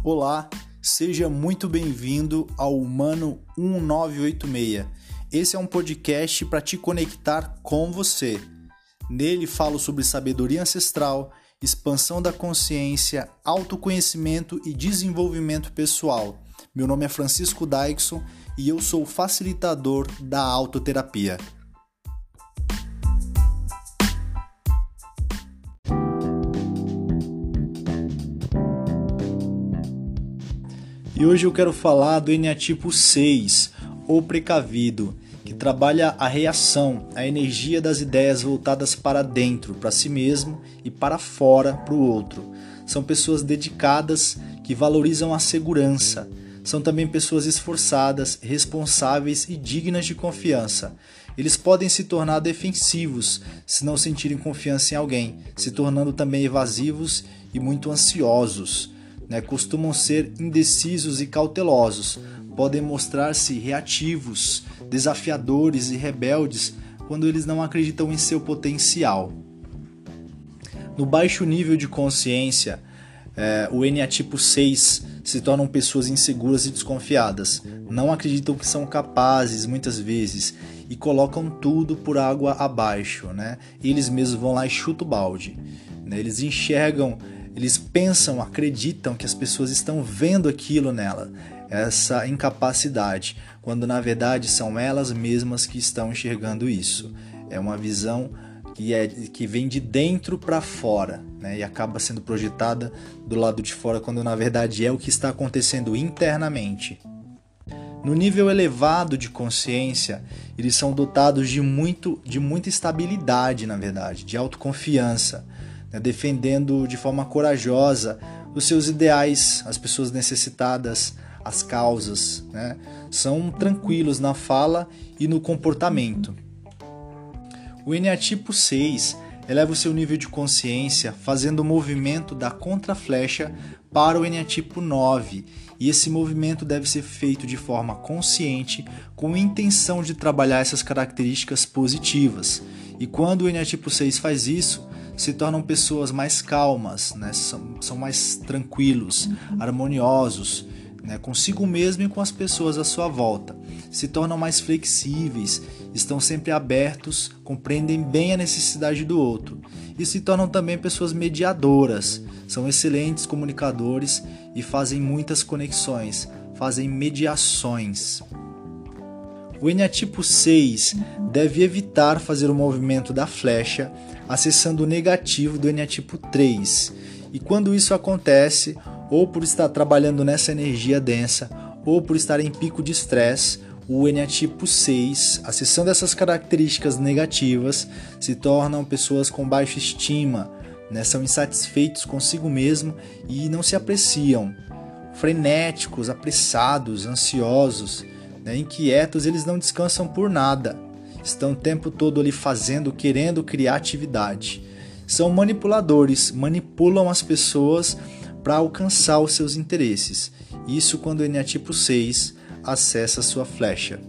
Olá, seja muito bem-vindo ao Humano 1986. Esse é um podcast para te conectar com você. Nele falo sobre sabedoria ancestral, expansão da consciência, autoconhecimento e desenvolvimento pessoal. Meu nome é Francisco Daikson e eu sou facilitador da autoterapia. E hoje eu quero falar do eneatipo 6, ou precavido, que trabalha a reação, a energia das ideias voltadas para dentro, para si mesmo, e para fora, para o outro. São pessoas dedicadas que valorizam a segurança. São também pessoas esforçadas, responsáveis e dignas de confiança. Eles podem se tornar defensivos se não sentirem confiança em alguém, se tornando também evasivos e muito ansiosos. Costumam ser indecisos e cautelosos, podem mostrar-se reativos, desafiadores e rebeldes quando eles não acreditam em seu potencial. No baixo nível de consciência, o eneatipo 6 se tornam pessoas inseguras e desconfiadas, não acreditam que são capazes muitas vezes e colocam tudo por água abaixo. Eles mesmos vão lá e chutam o balde. Eles enxergam, eles pensam, acreditam que as pessoas estão vendo aquilo nela, essa incapacidade, quando na verdade são elas mesmas que estão enxergando isso. É uma visão que vem de dentro para fora, e acaba sendo projetada do lado de fora, quando na verdade é o que está acontecendo internamente. No nível elevado de consciência, eles são dotados de muita estabilidade, na verdade, de autoconfiança, defendendo de forma corajosa os seus ideais, as pessoas necessitadas, as causas. São tranquilos na fala e no comportamento. O eneatipo 6 eleva o seu nível de consciência fazendo o movimento da contraflecha para o eneatipo 9, e esse movimento deve ser feito de forma consciente, com a intenção de trabalhar essas características positivas. E quando o eneatipo 6 faz isso, se tornam pessoas mais calmas, são mais tranquilos, harmoniosos, consigo mesmo e com as pessoas à sua volta. Se tornam mais flexíveis, estão sempre abertos, compreendem bem a necessidade do outro. E se tornam também pessoas mediadoras, são excelentes comunicadores e fazem muitas conexões, fazem mediações. O eneatipo 6 deve evitar fazer o movimento da flecha, acessando o negativo do eneatipo 3. E quando isso acontece, ou por estar trabalhando nessa energia densa, ou por estar em pico de estresse, o eneatipo 6, acessando essas características negativas, se tornam pessoas com baixa estima, são insatisfeitos consigo mesmo e não se apreciam. Frenéticos, apressados, ansiosos, inquietos, eles não descansam por nada. Estão o tempo todo ali fazendo, querendo criar atividade. São manipuladores, manipulam as pessoas para alcançar os seus interesses. Isso quando o eneatipo 6 acessa sua flecha.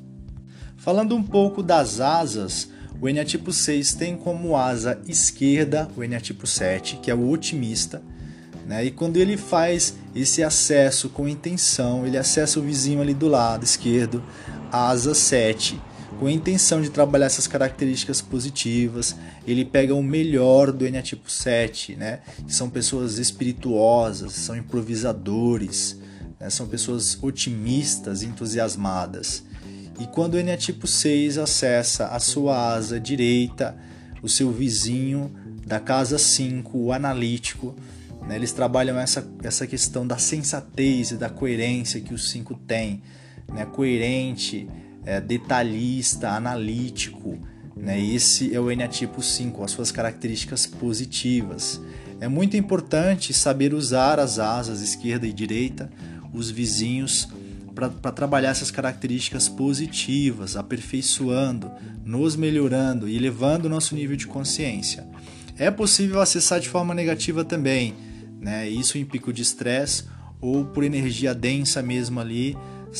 Falando um pouco das asas, o eneatipo 6 tem como asa esquerda o eneatipo 7, que é o otimista. E quando ele faz esse acesso com intenção, ele acessa o vizinho ali do lado esquerdo, a asa 7, com a intenção de trabalhar essas características positivas. Ele pega o melhor do eneatipo 7, que são pessoas espirituosas, são improvisadores, são pessoas otimistas, entusiasmadas. E quando o eneatipo 6 acessa a sua asa direita, o seu vizinho da casa 5, o analítico, eles trabalham essa questão da sensatez e da coerência que o 5 tem, coerente, detalhista, analítico. Esse é o eneatipo 5, as suas características positivas. É muito importante saber usar as asas esquerda e direita, os vizinhos, para trabalhar essas características positivas, aperfeiçoando, nos melhorando e elevando o nosso nível de consciência. É possível acessar de forma negativa também, isso em pico de estresse ou por energia densa mesmo ali,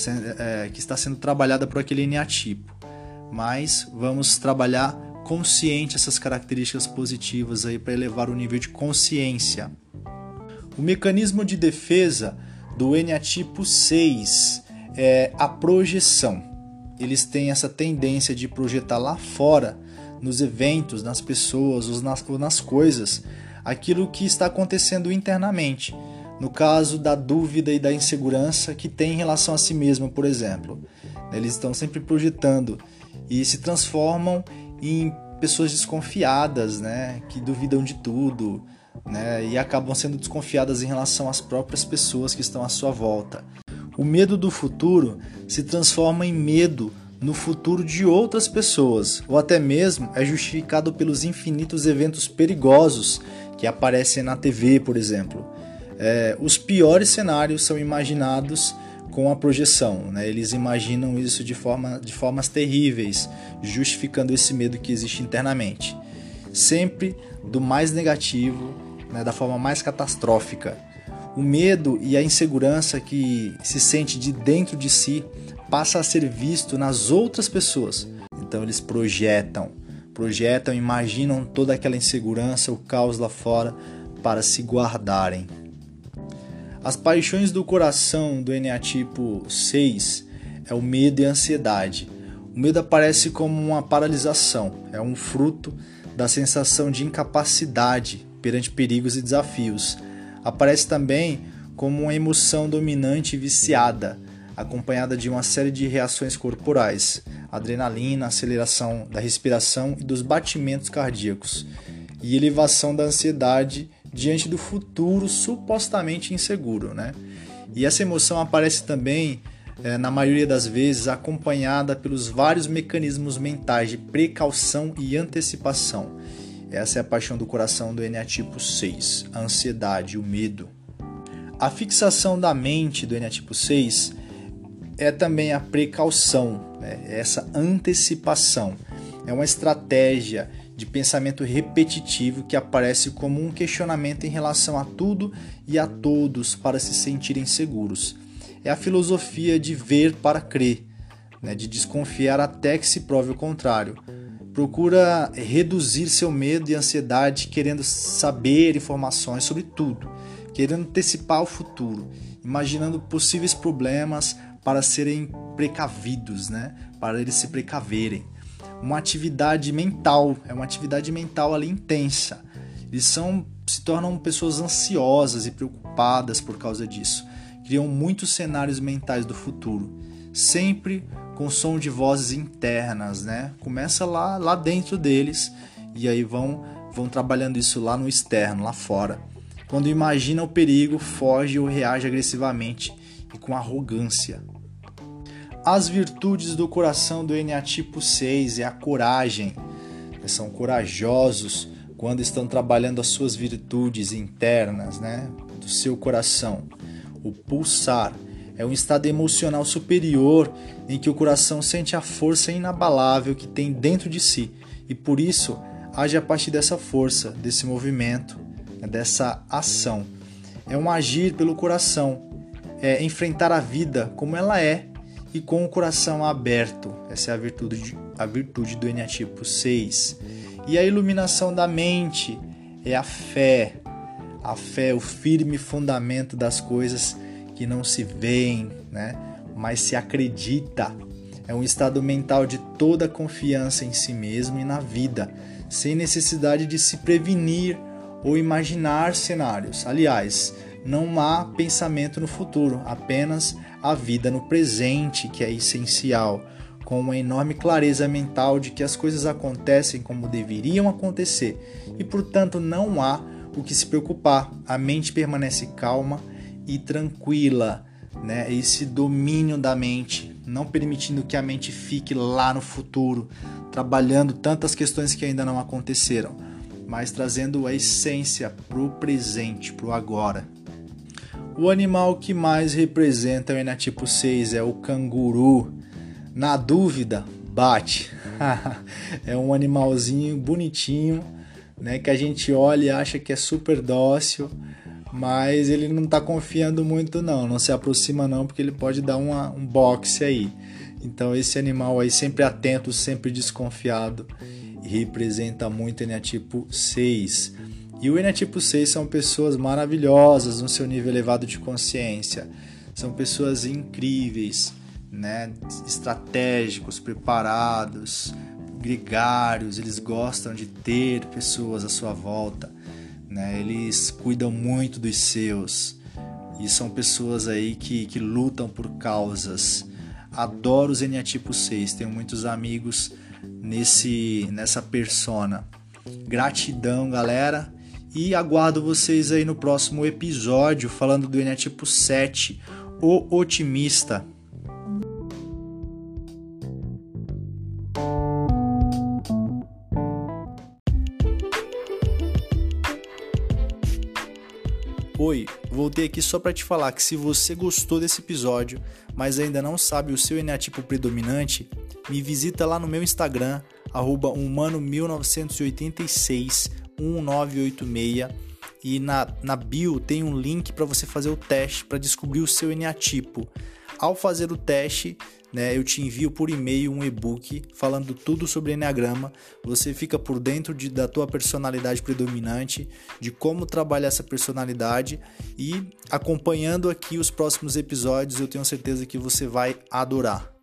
que está sendo trabalhada por aquele eneatipo. Mas vamos trabalhar consciente essas características positivas aí para elevar o nível de consciência. O mecanismo de defesa do eneatipo 6 é a projeção. Eles têm essa tendência de projetar lá fora, nos eventos, nas pessoas ou nas coisas, aquilo que está acontecendo internamente. No caso da dúvida e da insegurança que tem em relação a si mesmo, por exemplo. Eles estão sempre projetando e se transformam em pessoas desconfiadas, né? Que duvidam de tudo, né? E acabam sendo desconfiadas em relação às próprias pessoas que estão à sua volta. O medo do futuro se transforma em medo no futuro de outras pessoas, ou até mesmo é justificado pelos infinitos eventos perigosos que aparecem na TV, por exemplo. Os piores cenários são imaginados com a projeção, né? Eles imaginam isso de formas terríveis, justificando esse medo que existe internamente. Sempre do mais negativo, né? Da forma mais catastrófica. O medo e a insegurança que se sente de dentro de si passa a ser visto nas outras pessoas. Então eles projetam, imaginam toda aquela insegurança, o caos lá fora para se guardarem. As paixões do coração do eneatipo 6 é o medo e a ansiedade. O medo aparece como uma paralisação, é um fruto da sensação de incapacidade perante perigos e desafios. Aparece também como uma emoção dominante e viciada, acompanhada de uma série de reações corporais, adrenalina, aceleração da respiração e dos batimentos cardíacos, e elevação da ansiedade diante do futuro supostamente inseguro, né? E essa emoção aparece também, na maioria das vezes, acompanhada pelos vários mecanismos mentais de precaução e antecipação. Essa é a paixão do coração do eneatipo 6, a ansiedade, o medo. A fixação da mente do eneatipo 6 é também a precaução, né? Essa antecipação. É uma estratégia de pensamento repetitivo que aparece como um questionamento em relação a tudo e a todos para se sentirem seguros. É a filosofia de ver para crer, né? De desconfiar até que se prove o contrário. Procura reduzir seu medo e ansiedade querendo saber informações sobre tudo, querendo antecipar o futuro, imaginando possíveis problemas para serem precavidos, né? Para eles se precaverem. Uma atividade mental, é uma atividade mental ali intensa. Eles se tornam pessoas ansiosas e preocupadas por causa disso. Criam muitos cenários mentais do futuro, sempre com som de vozes internas, né? Começa lá dentro deles e aí vão trabalhando isso lá no externo, lá fora. Quando imagina o perigo, foge ou reage agressivamente e com arrogância. As virtudes do coração do eneatipo 6 é a coragem. Eles são corajosos quando estão trabalhando as suas virtudes internas, né? Do seu coração. O pulsar é um estado emocional superior em que o coração sente a força inabalável que tem dentro de si e por isso age a partir dessa força, desse movimento, dessa ação. É um agir pelo coração, é enfrentar a vida como ela é e com o coração aberto. Essa é a virtude do eneatipo 6. E a iluminação da mente é a fé. A fé é o firme fundamento das coisas que não se veem, né? Mas se acredita. É um estado mental de toda confiança em si mesmo e na vida, sem necessidade de se prevenir ou imaginar cenários. Aliás, não há pensamento no futuro, apenas a vida no presente, que é essencial, com uma enorme clareza mental de que as coisas acontecem como deveriam acontecer e, portanto, não há o que se preocupar. A mente permanece calma e tranquila, né? Esse domínio da mente, não permitindo que a mente fique lá no futuro, trabalhando tantas questões que ainda não aconteceram, mas trazendo a essência para o presente, para o agora. O animal que mais representa o eneatipo 6 é o canguru. Na dúvida, bate. É um animalzinho bonitinho, né, que a gente olha e acha que é super dócil, mas ele não está confiando muito não se aproxima não, porque ele pode dar um boxe aí. Então esse animal aí sempre atento, sempre desconfiado, representa muito o eneatipo 6. E o Eneatipo 6 são pessoas maravilhosas no seu nível elevado de consciência. São pessoas incríveis, né? Estratégicos, preparados, gregários. Eles gostam de ter pessoas à sua volta, né? Eles cuidam muito dos seus. E são pessoas aí que lutam por causas. Adoro os Eneatipo 6. Tenho muitos amigos nessa persona. Gratidão, galera. E aguardo vocês aí no próximo episódio falando do Eneatipo 7, o otimista. Oi, voltei aqui só para te falar que se você gostou desse episódio, mas ainda não sabe o seu eneatipo predominante, me visita lá no meu Instagram, @humano1986, 1986, e na bio tem um link para você fazer o teste para descobrir o seu eneatipo. Ao fazer o teste, né, eu te envio por e-mail um e-book falando tudo sobre Eneagrama. Você fica por dentro da tua personalidade predominante, de como trabalhar essa personalidade, e acompanhando aqui os próximos episódios, eu tenho certeza que você vai adorar.